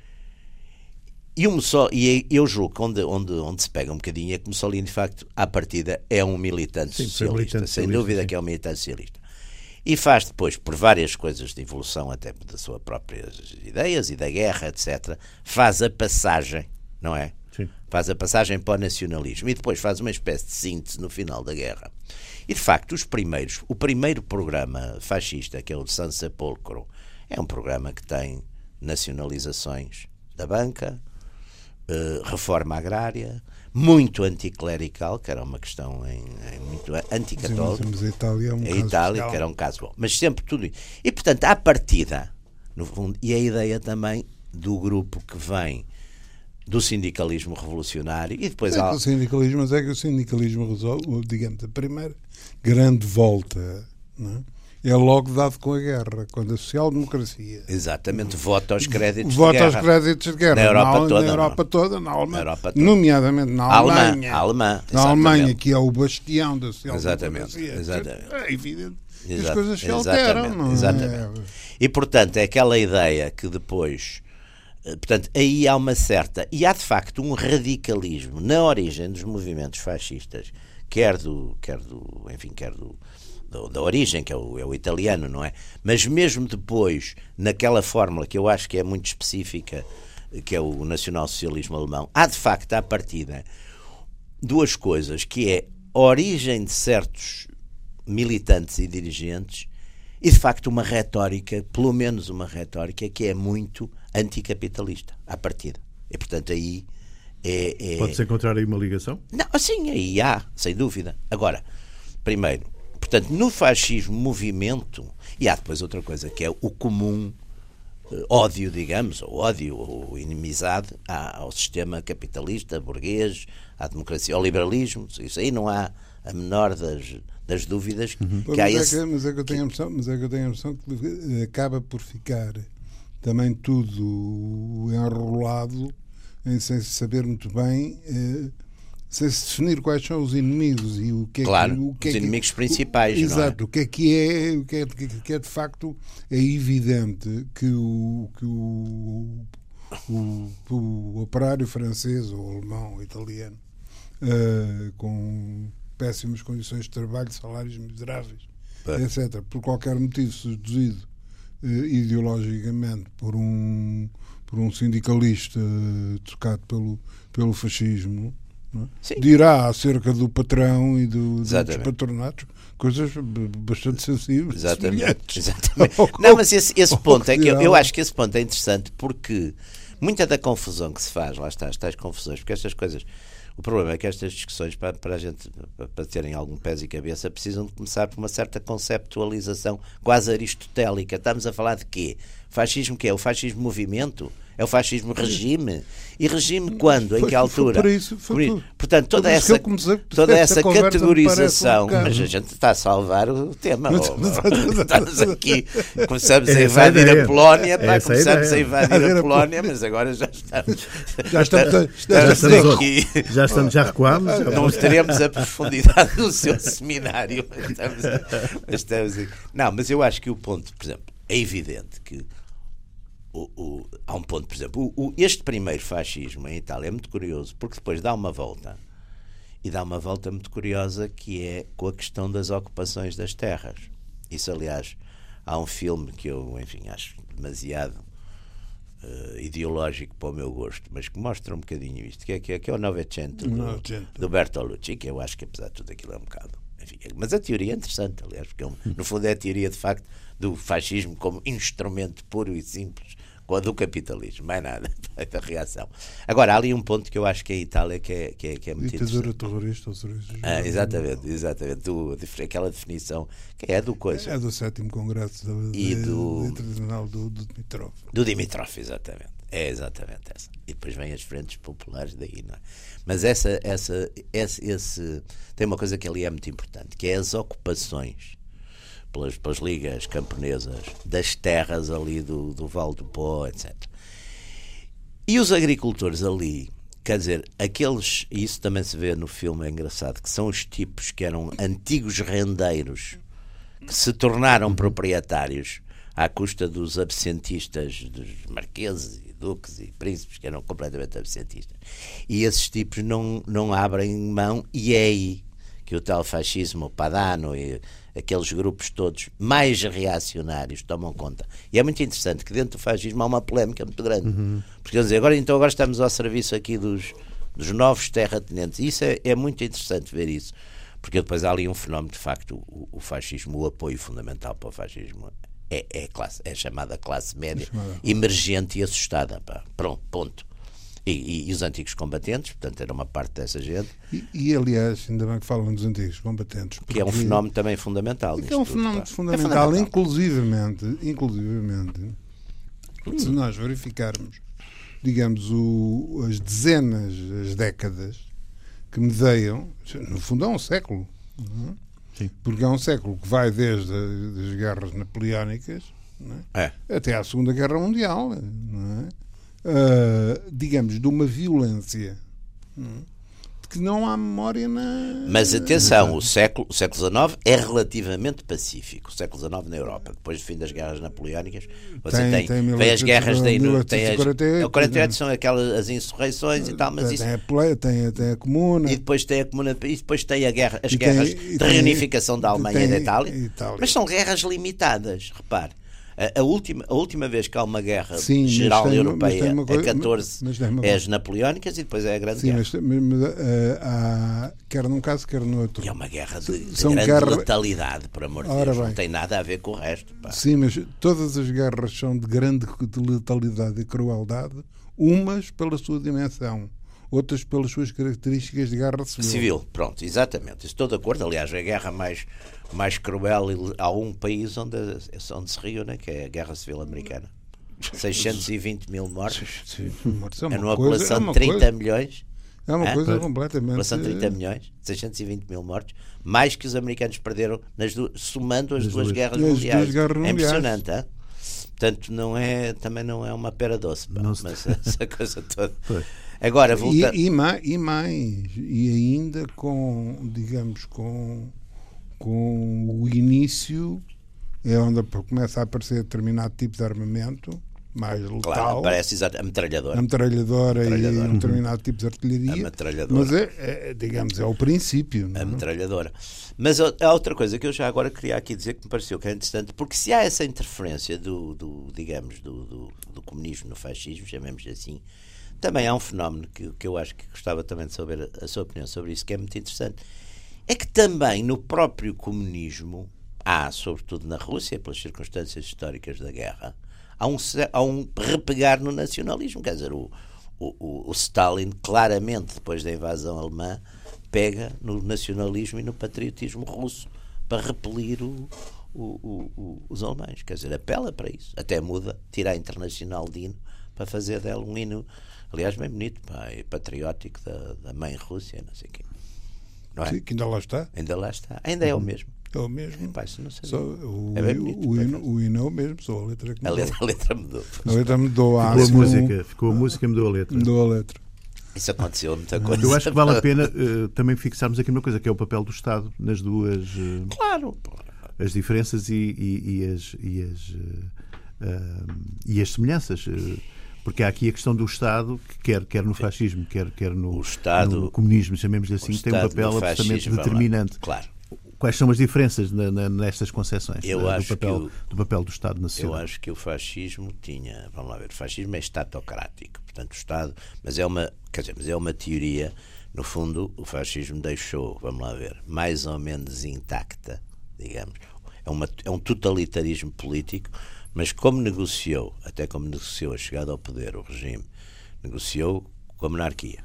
e, só, e eu julgo que onde, onde, onde se pega um bocadinho é que Mussolini, de facto, à partida, é um militante sim, socialista, militante sem socialista, dúvida sim. que é um militante socialista. E faz depois, por várias coisas de evolução, até das suas próprias ideias e da guerra, etcétera, faz a passagem, não é? Sim. Faz a passagem para o nacionalismo e depois faz uma espécie de síntese no final da guerra. E, de facto, os primeiros, o primeiro programa fascista, que é o de San Sepolcro, é um programa que tem nacionalizações da banca, Uh, reforma agrária, muito anticlerical, que era uma questão em, em muito anticatólica. Mas a Itália é um a caso Itália, especial. que era um caso bom. Mas sempre tudo isso. E, portanto, à partida, no fundo, e a ideia também do grupo que vem do sindicalismo revolucionário e depois é há... que o sindicalismo, mas é que o sindicalismo resolve, digamos, a primeira grande volta, não é? é logo dado com a guerra, quando a social-democracia exatamente vota aos créditos vota de guerra. aos créditos de guerra Na Europa na, toda, na Europa não? toda, na Alemanha, Na Europa toda. nomeadamente na Alemã, Alemanha, alemã, na Alemanha, que é o bastião da exatamente, social-democracia. exatamente. É evidente que Exato, as coisas se exatamente, alteram, não exatamente. é? E portanto é aquela ideia que depois, portanto, aí há uma certa, e há de facto um radicalismo na origem dos movimentos fascistas, quer do, quer do, enfim, quer do Da, da origem, que é o, é o italiano, não é? Mas mesmo depois, naquela fórmula que eu acho que é muito específica, que é o nacionalsocialismo alemão, há de facto à partida duas coisas, que é a origem de certos militantes e dirigentes e de facto uma retórica, pelo menos uma retórica, que é muito anticapitalista, à partida. E portanto aí é... é... Pode-se encontrar aí uma ligação? Não, sim, aí há, sem dúvida. Agora, primeiro, portanto, no fascismo, movimento, e há depois outra coisa, que é o comum eh, ódio, digamos, ou ódio, ou inimizade ao sistema capitalista, burguês, à democracia, ao liberalismo, isso aí não há a menor das, das dúvidas. Uhum. Que há mas, esse... é que, mas, é que eu tenho a impressão, mas é que eu tenho a impressão que acaba por ficar também tudo enrolado, em sem saber muito bem... Eh, sem se definir quais são os inimigos e o que é claro, que, o que os é inimigos que, principais, o, exato, não é? o que é que é, o que é, que é de facto é evidente que o que o, o, o operário francês ou alemão ou italiano uh, com péssimas condições de trabalho, salários miseráveis, é. etcétera, por qualquer motivo seduzido uh, ideologicamente por um por um sindicalista uh, tocado pelo pelo fascismo, é? Dirá acerca do patrão e do, dos patronatos coisas bastante sensíveis. Exatamente. Exatamente. Não, mas esse, esse ponto é que eu, eu acho que esse ponto é interessante porque muita da confusão que se faz, lá está, as tais confusões, porque estas coisas, o problema é que estas discussões, para, para a gente, para terem algum pés e cabeça, precisam de começar por uma certa conceptualização quase aristotélica. Estamos a falar de quê? Fascismo que é? O fascismo movimento? É o fascismo regime? E regime quando? Em que altura? Foi por isso, foi por, Portanto, toda essa, comecei, toda essa categorização. Um mas a gente está a salvar o tema. Estamos aqui, começamos a invadir a, a Polónia, pá, começamos a, a invadir a, a Polónia, mas agora já estamos. Já estamos, já estamos, já estamos aqui. Já estamos, já recuamos. Já não teremos a profundidade do seu seminário. Mas estamos, mas estamos aqui. Não, mas eu acho que o ponto, por exemplo, é evidente que O, o, há um ponto, por exemplo, o, o, este primeiro fascismo em Itália é muito curioso porque depois dá uma volta e dá uma volta muito curiosa que é com a questão das ocupações das terras. Isso, aliás, há um filme que eu, enfim, acho demasiado uh, ideológico para o meu gosto, mas que mostra um bocadinho isto, que é, que é, que é o Novecento do, do Bertolucci, que eu acho que apesar de tudo aquilo é um bocado, enfim, mas a teoria é interessante, aliás, porque no fundo é a teoria de facto do fascismo como instrumento puro e simples do capitalismo, mais nada, da reação. Agora, há ali um ponto que eu acho que é a Itália que é, que é, que é muito ditadura interessante. terrorista, ou seja, ah, exatamente, exatamente, do, aquela definição que é do coisa. É do sétimo Congresso da, e do, Internacional do, do Dimitrov. Do Dimitrov, exatamente. É exatamente essa. E depois vêm as frentes populares daí, não é? Mas essa, essa, esse, esse tem uma coisa que ali é muito importante, que é as ocupações Pelas, pelas ligas camponesas das terras ali do, do Vale do Pó, etcétera. E os agricultores ali, quer dizer, aqueles, e isso também se vê no filme, é engraçado, que são os tipos que eram antigos rendeiros que se tornaram proprietários à custa dos absentistas, dos marqueses e duques e príncipes que eram completamente absentistas. E esses tipos não, não abrem mão, e é aí que o tal fascismo, o Padano e aqueles grupos todos mais reacionários tomam conta. E é muito interessante que dentro do fascismo há uma polémica muito grande. Uhum. Porque quer dizer, agora, então agora estamos ao serviço aqui dos, dos novos terratenentes. E isso é, é muito interessante ver isso. Porque depois há ali um fenómeno, de facto, o, o fascismo, o apoio fundamental para o fascismo é, é, classe, é chamada classe média, é chamada. Emergente e assustada. Pá. Pronto, ponto. E, e, e os antigos combatentes, portanto, era uma parte dessa gente. E, e aliás, ainda bem que falam dos antigos combatentes. Que é um fenómeno também fundamental. Que é um tudo, fenómeno pá. fundamental, é fundamental. Inclusivamente, inclusivamente hum. se nós verificarmos, digamos, o, as dezenas, as décadas que medeiam, no fundo é um século, não é? Sim. Porque é um século que vai desde as guerras napoleónicas, não é? É. até à Segunda Guerra Mundial, não é? Uh, digamos, de uma violência, não é? Que não há memória na... Mas atenção, o século, o século dezenove é relativamente pacífico. O século dezenove na Europa, depois do fim das guerras napoleónicas, você tem, tem, tem, tem as guerras... Tem, tem as, o quarenta e oito são aquelas as insurreições e tal, mas tem isso... A play, tem, tem a Comuna... E depois tem a Comuna, e depois tem a guerra, as guerras tem, de reunificação da Alemanha e da Itália, Itália, mas são guerras limitadas, repare. A, a, última, a última vez que há uma guerra Sim, geral tem, europeia é catorze, mas, mas é as napoleónicas e depois é a Grande Sim, Guerra. Sim, mas, mas uh, há, quer num caso, quer no outro. E é uma guerra de, de grande guerra... letalidade, por amor de Deus, bem. Não tem nada a ver com o resto. Pá. Sim, mas todas as guerras são de grande letalidade e crueldade, umas pela sua dimensão, outras pelas suas características de guerra civil. Civil, pronto, exatamente. Estou de acordo. Aliás, a guerra mais, mais cruel, há um país onde, onde se reúne, que é a Guerra Civil Americana. seiscentos e vinte mil mortos. Sim, sim. É uma numa população de trinta coisa, milhões. É uma coisa é? completamente... População de trinta milhões, seiscentos e vinte mil mortos, mais que os americanos perderam, nas duas, somando as, as duas, duas guerras as mundiais. Duas guerras é impressionante, hein? Portanto, não é, também não é uma pera doce, pá, mas essa coisa toda. Foi. Agora, volta... e, e, mais, e mais, e ainda com, digamos, com, com o início, é onde começa a aparecer determinado tipo de armamento, mais letal. Claro, parece exatamente a metralhadora. A metralhadora, a metralhadora. E um determinado tipo de artilharia. A metralhadora. Mas, é, é, digamos, é o princípio. Não? A metralhadora. Mas há outra coisa que eu já agora queria aqui dizer que me pareceu que é interessante, porque se há essa interferência do, do digamos, do, do, do comunismo no fascismo, chamemos assim, também há um fenómeno que, que eu acho que gostava também de saber a sua opinião sobre isso, que é muito interessante. É que também no próprio comunismo há, sobretudo na Rússia, pelas circunstâncias históricas da guerra, há um, há um repegar no nacionalismo. Quer dizer, o, o, o Stalin, claramente, depois da invasão alemã, pega no nacionalismo e no patriotismo russo para repelir o, o, o, o, os alemães. Quer dizer, apela para isso. Até muda, tira a Internacional de hino para fazer dela um hino, aliás, bem bonito, pá, e patriótico da, da mãe Rússia, não sei o quê. Não é? Sim, que ainda lá está. Ainda lá está. Ainda é o mesmo. É o mesmo. Epá, isso não sabia. Só, o, é bem bonito, o, hino, o hino é o mesmo, só a letra que mudou. A letra, a letra mudou. A letra mudou. Ficou a música, ficou a música e mudou a letra. Mudou a letra. Isso aconteceu muita coisa. Eu acho que vale a pena uh, também fixarmos aqui uma coisa, que é o papel do Estado nas duas... Uh, claro. As diferenças e, e, e, as, e, as, uh, uh, e as semelhanças. Uh, porque há aqui a questão do Estado, que quer, quer no fascismo, quer, quer no, Estado, no comunismo, chamemos-lhe assim, tem um papel absolutamente determinante. Claro. Quais são as diferenças na, na, nestas concessões eu do, acho papel, que o, do papel do Estado na sociedade? Eu acho que o fascismo tinha, vamos lá ver, o fascismo é estatocrático, portanto o Estado, mas é uma, quer dizer, mas é uma teoria, no fundo o fascismo deixou, vamos lá ver, mais ou menos intacta, digamos, é, uma, é um totalitarismo político, mas como negociou, até como negociou a chegada ao poder, o regime, negociou com a monarquia,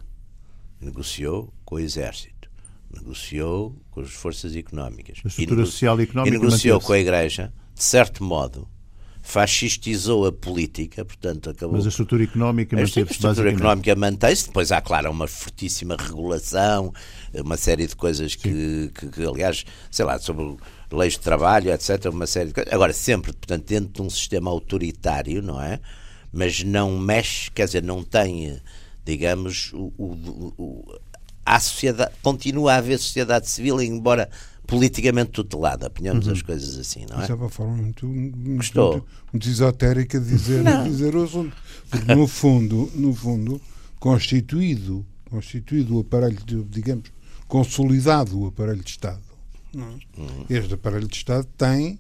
negociou com o exército, negociou com as forças económicas, a estrutura e, social e económica, e negociou com a Igreja, de certo modo, fascistizou a política, portanto acabou... Mas a estrutura económica manteve-se basicamente. A estrutura económica mantém-se, depois há, claro, uma fortíssima regulação, uma série de coisas que, que, que, aliás, sei lá, sobre leis de trabalho, etcétera, uma série de coisas. Agora, sempre, portanto, dentro de um sistema autoritário, não é? Mas não mexe, quer dizer, não tem, digamos, o... o, o a sociedade, continua a haver sociedade civil, embora politicamente tutelada, apanhamos uhum. as coisas assim, não é? Isso é uma forma muito, muito, muito, muito esotérica de dizer, de dizer o assunto. Porque no fundo, no fundo, constituído, constituído o aparelho, de, digamos, consolidado o aparelho de Estado, não é? Uhum. Este aparelho de Estado tem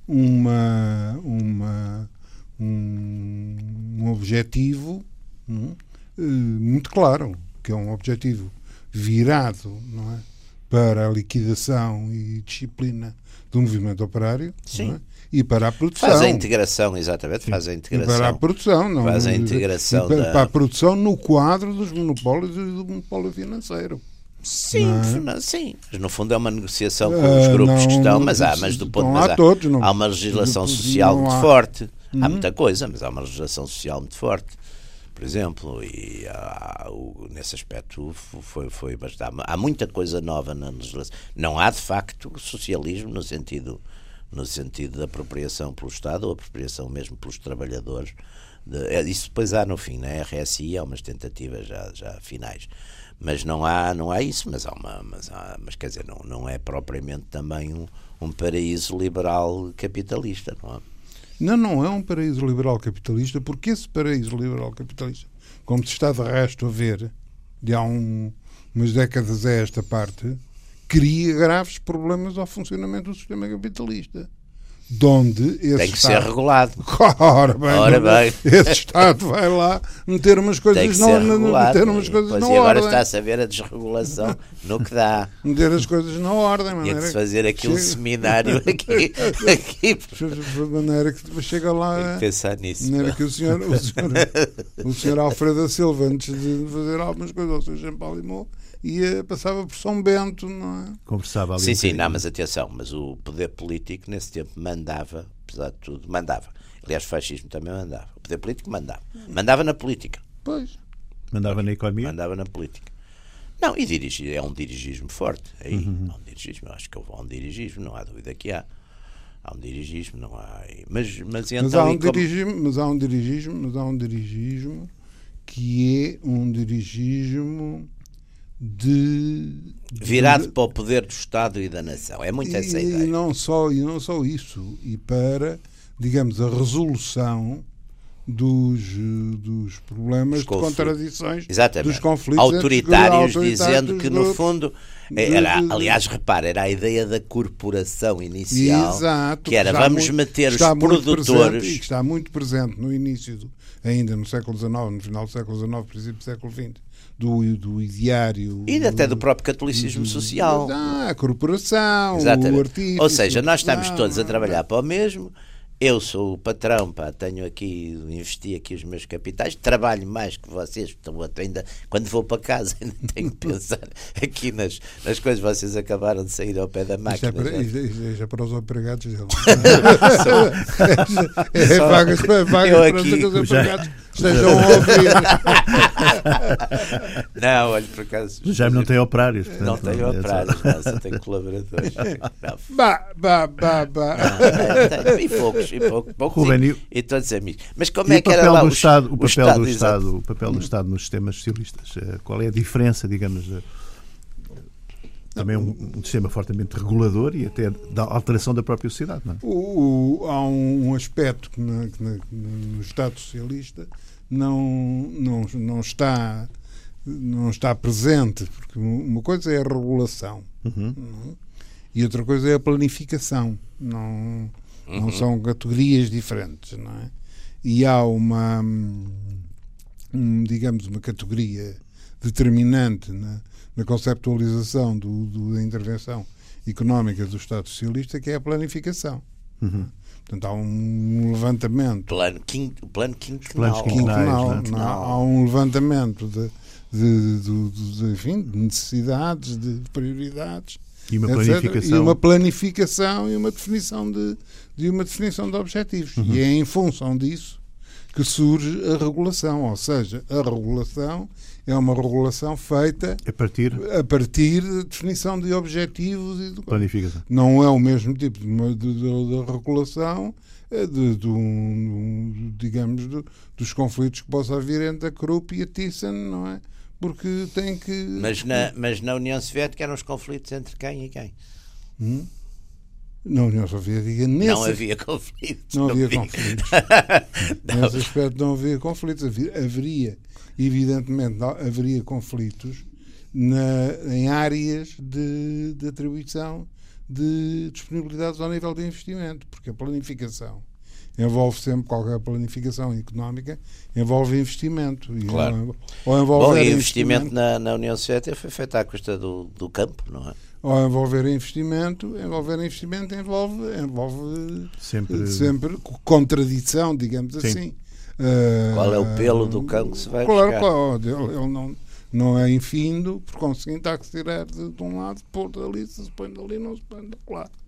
uma, uma, um, um objetivo não é? muito claro, que é um objetivo virado, não é, para a liquidação e disciplina do movimento operário, não é? E para a produção. Faz a integração, exatamente, Sim. faz a integração. E para a produção, não faz a integração para, da... para a produção no quadro dos monopólios e do monopólio financeiro. Sim, é? sim, mas no fundo é uma negociação com os grupos não, que estão, mas há, mas do ponto mas há, todos, não, há uma legislação social muito há. forte, há muita coisa, mas há uma legislação social muito forte. por exemplo, e há, o, nesse aspecto foi, foi bastante. Há muita coisa nova na legislação. Não há, de facto, socialismo no sentido, no sentido da apropriação pelo Estado, ou apropriação mesmo pelos trabalhadores. De, isso depois há no fim, na R S I há umas tentativas já, já finais. Mas não há, não há isso, mas, há uma, mas, há, mas quer dizer, não, não é propriamente também um, um paraíso liberal capitalista, não é? Não, não é um paraíso liberal capitalista, porque esse paraíso liberal capitalista, como se está de resto a ver, de há um, umas décadas a esta parte, cria graves problemas ao funcionamento do sistema capitalista. De onde esse tem que Estado, ser regulado. Ora bem, Ora bem. Esse Estado vai lá meter umas coisas tem que não, ser regulado. meter umas coisas pois na e agora ordem. está-se a ver a desregulação no que dá. Meter as coisas na ordem. Tinha que se fazer aqui um seminário aqui, aqui. De maneira que chega lá. Tem que pensar nisso. De maneira que o senhor, o, senhor, o senhor Alfredo da Silva, antes de fazer algumas coisas ao seu Jean Paul Limou, ia, passava por São Bento, não é? Conversava ali. Sim, um sim, bocadinho. não, mas atenção, mas o poder político nesse tempo mandava, apesar de tudo, mandava. Aliás, o fascismo também mandava. O poder político mandava. Mandava na política. Pois. Mandava na economia? Mandava na política. Não, e dirigir, é um dirigismo forte. Aí, Uhum. há um dirigismo, eu acho que houve um dirigismo, não há dúvida que há. Há um dirigismo, não há. Mas, mas, então, Mas há um e como- dirigismo, mas há um dirigismo, mas há um dirigismo que é um dirigismo de, de virado para o poder do Estado e da nação. É muito essa e, ideia. e não só e não só isso, e para, digamos, a resolução dos, dos problemas Dos de conflitos. contradições, Exatamente. dos conflitos autoritários, entre- dizendo que no grupos. fundo de- era, de- aliás, repara, era a ideia da corporação inicial, Exato, que era está vamos muito- meter os está muito produtores. presente, e que está muito presente no início, do, ainda no século dezenove, no final do século dezenove, princípio do século vinte, do, do ideário. E até do próprio catolicismo social. Ah, a corporação, Exatamente. o artífice. Ou seja, nós o- estamos ah, todos a trabalhar para o mesmo. Eu sou o patrão, pá, tenho aqui, investi aqui os meus capitais, trabalho mais que vocês, portanto, ainda, quando vou para casa ainda tenho que pensar aqui nas, nas coisas, vocês acabaram de sair ao pé da Isto máquina. é, para, já. isto, isto é já para os empregados dele. Só- é só- vagas, para- vagas eu para aqui- que os já- empregados estejam a ouvir. Não, olha, por acaso. Já não tem operários. Não portanto, tenho é só- operários, não, só tenho colaboradores. Não, Bah, bah, bah, bah. não, tem- e poucos, e poucos, poucos Ruben, e, e- e todos amigos. Mas como E é o que era papel lá do o, Estado, o o papel Estado, do exato. Estado, o papel do Estado nos sistemas socialistas? Eh, Qual é a diferença, digamos, de- também um, um sistema fortemente regulador e até da alteração da própria sociedade, não é? O, o- há um, um aspecto que, na- que na- no Estado Socialista não, não, não, está, não está presente, porque uma coisa é a regulação, Uhum. não é? E outra coisa é a planificação. Não, não Uhum. são categorias diferentes, não é? E há uma, hum, digamos, uma categoria determinante na, na conceptualização do, do- da intervenção económica do Estado Socialista, que é a planificação. Uhum. Portanto, há um levantamento Plano quinto, o plano quinquenal. Planos quinquenais. quinquenal, não é? não é? Há um levantamento de, de, de, de- de, enfim, de necessidades, de prioridades, E uma etcétera, planificação. e uma planificação e uma definição de, de uma definição de objetivos. Uhum. E é em função disso que surge a regulação, ou seja, a regulação é uma regulação feita A partir a partir da definição de objetivos e de... da planificação. Não é o mesmo tipo de, de, de, de regulação eh, de, de um, digamos, de, dos conflitos que possa haver entre a Krupp e a Thyssen, não é? Porque tem que... Mas na, mas na União Soviética eram os conflitos entre quem e quem? Hum? Na União Soviética nesse, Não havia conflitos. não havia havia. conflitos. Não. Nesse aspecto não havia conflitos. Havia, haveria, evidentemente, não- haveria conflitos na, em áreas de, de atribuição de disponibilidades ao nível de investimento, porque a planificação envolve sempre, qualquer planificação económica envolve investimento. E Claro. Ou envolve Bom, e investimento, investimento na, na União Soviética foi feito à custa do, do campo, não é? ou envolver investimento, envolver investimento envolve, envolve Sempre. sempre contradição, digamos Sim. assim. Uh, Qual é o pelo do cão que se vai claro, buscar? claro, ele, ele não, não é infindo, por conseguinte há que se tirar de, de um lado, pôr dali, se se põe dali, não se põe de lá.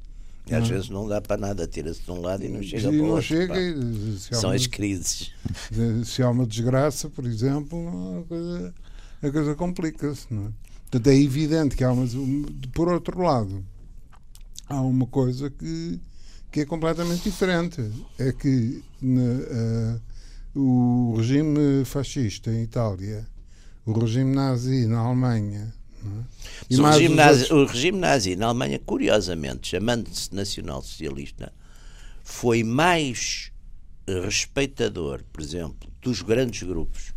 E às não. vezes não dá para nada, tira-se de um lado e não chega e para o não outro. Chega, e, São uma, as crises. Se há uma desgraça, por exemplo, a coisa, a coisa complica-se, não é? Portanto, é evidente que há uma... Por outro lado, há uma coisa que, que é completamente diferente. É que na, uh, o regime fascista em Itália, o regime nazi na Alemanha... Não é? E o, regime nazi, outros... o regime nazi na Alemanha, curiosamente, chamando-se nacional-socialista, foi mais respeitador, por exemplo, dos grandes grupos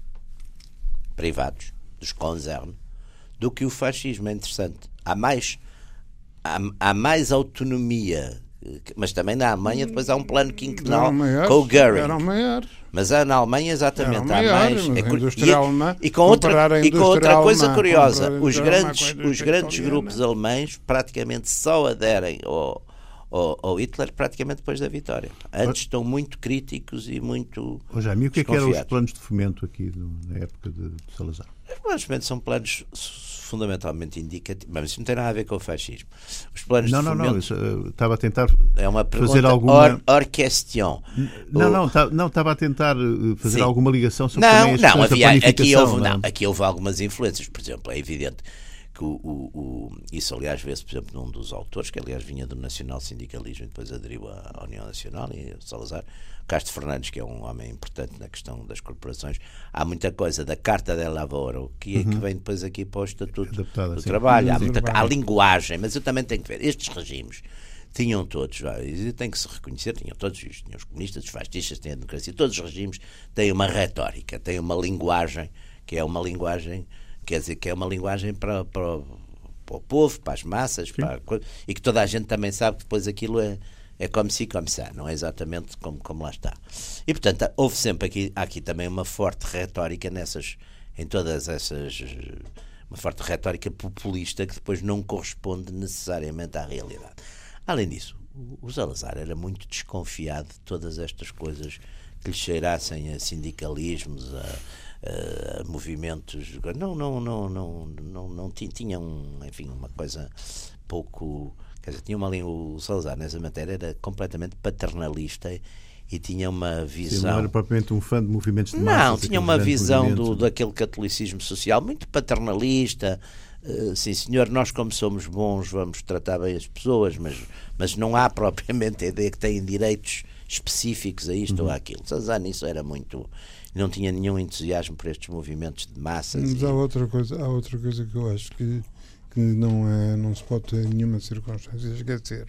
privados, dos concerns, do que o fascismo. É interessante. Há mais, há, há mais autonomia, mas também na Alemanha depois há um plano quinquenal com o Göring. Eram maiores. Mas há na Alemanha exatamente há mais. É, e, alemã, e com outra, e com outra coisa alemã, curiosa, os grandes, os grandes grupos alemães praticamente só aderem ao, ao, ao Hitler praticamente depois da vitória. Antes estão muito críticos e muito. Ô, Jaime, e o que é que eram os planos de fomento aqui na época de, de Salazar? Os planos de fomento são planos fundamentalmente indicativos, mas isso não tem nada a ver com o fascismo. Os planos não, de não, fomento... não, isso, uh, estava a tentar é uma fazer alguma... Or, or question. Não, o... não, tá, não, estava a tentar fazer Sim. alguma ligação sobre não, também as não, havia, da aqui houve, não. não, aqui houve algumas influências, por exemplo, é evidente que o, o, o, isso aliás vê-se, por exemplo, num dos autores, que aliás vinha do nacional-sindicalismo e depois aderiu à, à União Nacional, e Salazar, Castro Fernandes, que é um homem importante na questão das corporações. Há muita coisa da Carta del Lavoro que, uhum. que vem depois aqui para o Estatuto Adaptada, do sim. Trabalho. Há, muita, há linguagem, mas eu também tenho que ver. Estes regimes tinham todos, e tem que se reconhecer, tinham todos, tinham os comunistas, os fascistas, têm a democracia, todos os regimes têm uma retórica, têm uma linguagem, que é uma linguagem, quer dizer, que é uma linguagem para, para, para o povo, para as massas, para, e que toda a gente também sabe que depois aquilo é É como se, como se, não é exatamente como, como lá está. E, portanto, houve sempre aqui, há aqui também uma forte retórica nessas, em todas essas, uma forte retórica populista que depois não corresponde necessariamente à realidade. Além disso, o Salazar era muito desconfiado de todas estas coisas que lhe cheirassem a sindicalismos, a, a movimentos. Não, não, não, não, não, não tinha um, enfim, uma coisa pouco. Quer dizer, tinha uma linha, o Salazar nessa matéria era completamente paternalista e tinha uma visão... Sim, não era propriamente um fã de movimentos de massas. Não, tinha uma visão do, daquele catolicismo social muito paternalista. Uh, sim, senhor, nós como somos bons vamos tratar bem as pessoas, mas, mas não há propriamente a ideia que têm direitos específicos a isto uhum. ou àquilo. Salazar nisso era muito... não tinha nenhum entusiasmo por estes movimentos de massas. Mas e... há, outra coisa, há outra coisa que eu acho que que não, é, não se pode ter nenhuma circunstância esquecer,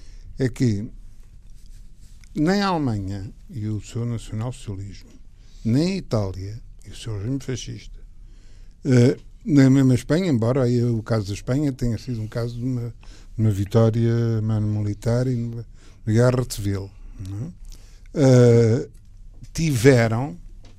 é que nem a Alemanha e o seu nacional-socialismo, nem a Itália e o seu regime fascista, uh, nem a mesma Espanha, embora aí o caso da Espanha tenha sido um caso de uma, uma vitória mano militar e uma guerra civil, não é? uh, tiveram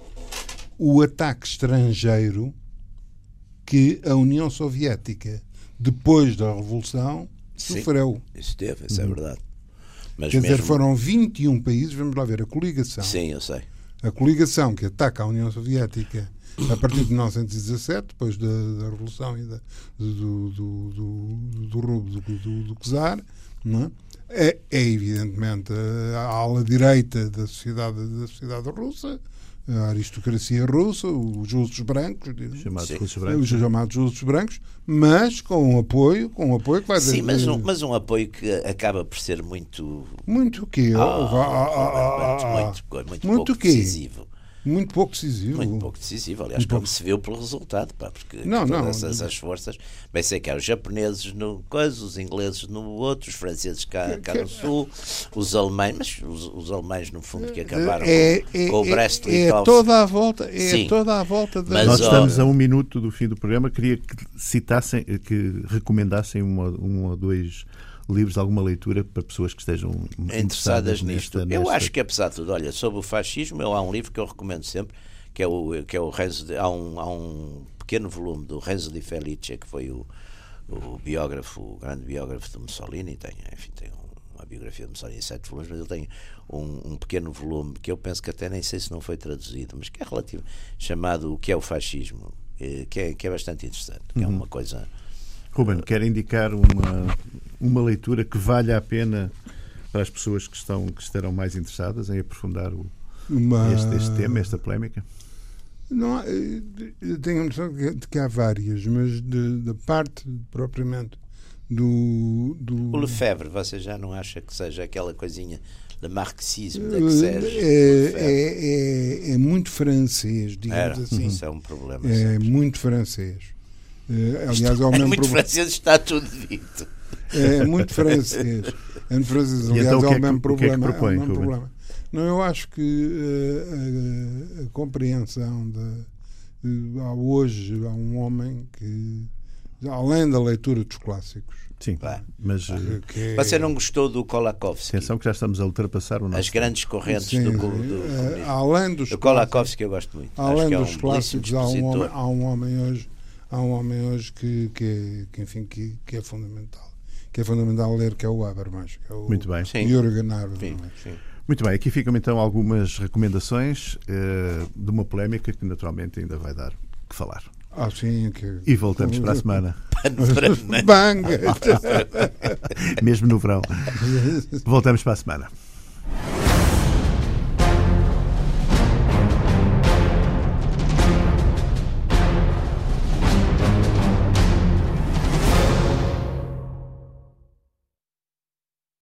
o ataque estrangeiro que a União Soviética depois da Revolução sofreu. Sim, isso teve, isso é verdade. Mas Quer mesmo... dizer, foram vinte e um países, vamos lá ver, a coligação. Sim, eu sei. A coligação que ataca a União Soviética a partir de mil novecentos e dezassete, depois da, da Revolução e da, do, do, do, do roubo do, do, do czar, não é? É, é evidentemente a ala direita da sociedade, da sociedade russa, a aristocracia russa, os justos brancos, chamados russos brancos, os chamados justos brancos, mas com um apoio, com um apoio que vai Sim, dizer, mas um, mas um apoio que acaba por ser muito muito que ah, ah, ah, muito, muito, muito, muito pouco decisivo. Muito pouco decisivo. Muito pouco decisivo, aliás, muito como pouco. Se viu pelo resultado, pá, porque não, todas não. Essas, as forças, bem sei que há os japoneses no coisa, os ingleses no outro, os franceses cá, cá no sul, os alemães, mas os, os alemães no fundo que acabaram é, com, é, com o Brest-Litov. É toda a volta, é Sim. toda a volta da... Mas, Nós estamos a um minuto do fim do programa, queria que citassem, que recomendassem uma, um ou dois livros, alguma leitura para pessoas que estejam interessadas, interessadas nisto. Nesta, eu nesta... acho que apesar de tudo, olha, sobre o fascismo, eu, há um livro que eu recomendo sempre, que é o, que é o Renzo de, há, um, há um pequeno volume do Renzo Di Felice, que foi o, o biógrafo, o grande biógrafo de Mussolini, tem, enfim, tem uma biografia de Mussolini em sete volumes, mas ele tem um, um pequeno volume que eu penso que até nem sei se não foi traduzido, mas que é relativo, chamado O que é o Fascismo, que é, que é bastante interessante, que uhum. é uma coisa Ruben, quer indicar uma, uma leitura que valha a pena para as pessoas que, estão, que estarão mais interessadas em aprofundar o, uma... este, este tema, esta polémica? Não há, eu tenho a noção de que há várias, mas da parte propriamente do, do... O Lefebvre, você já não acha que seja aquela coisinha de marxismo da que seja? É, é, é, é muito francês, digamos Era, assim. Isso é um problema. É sempre. muito francês. É, aliás, é, o é mesmo muito problema. francês, está tudo dito. É muito francês. É muito francês. Aliás, então, é o que é mesmo que, problema. que é que propõe, é o mesmo problema. Não, eu acho que uh, a, a compreensão de, de há hoje há um homem que, além da leitura dos clássicos, sim, Vai. mas que, você não gostou do Kolakowski? Atenção que já estamos a ultrapassar o nosso As grandes correntes sim, do, do, uh, do além dos o Kolakowski eu gosto muito. além acho que é dos um clássicos há um, belíssimo homem, expositor. há um homem hoje há um homem hoje que, que, é, que enfim que, que é fundamental que é fundamental ler, que é o Habermas, que é o Muito bem. Jürgen Habermas. Sim, sim. Muito bem, aqui ficam então algumas recomendações uh, de uma polémica que naturalmente ainda vai dar que falar. Ah, sim, que... E voltamos para a semana. Banga! Mesmo no verão. Voltamos para a semana.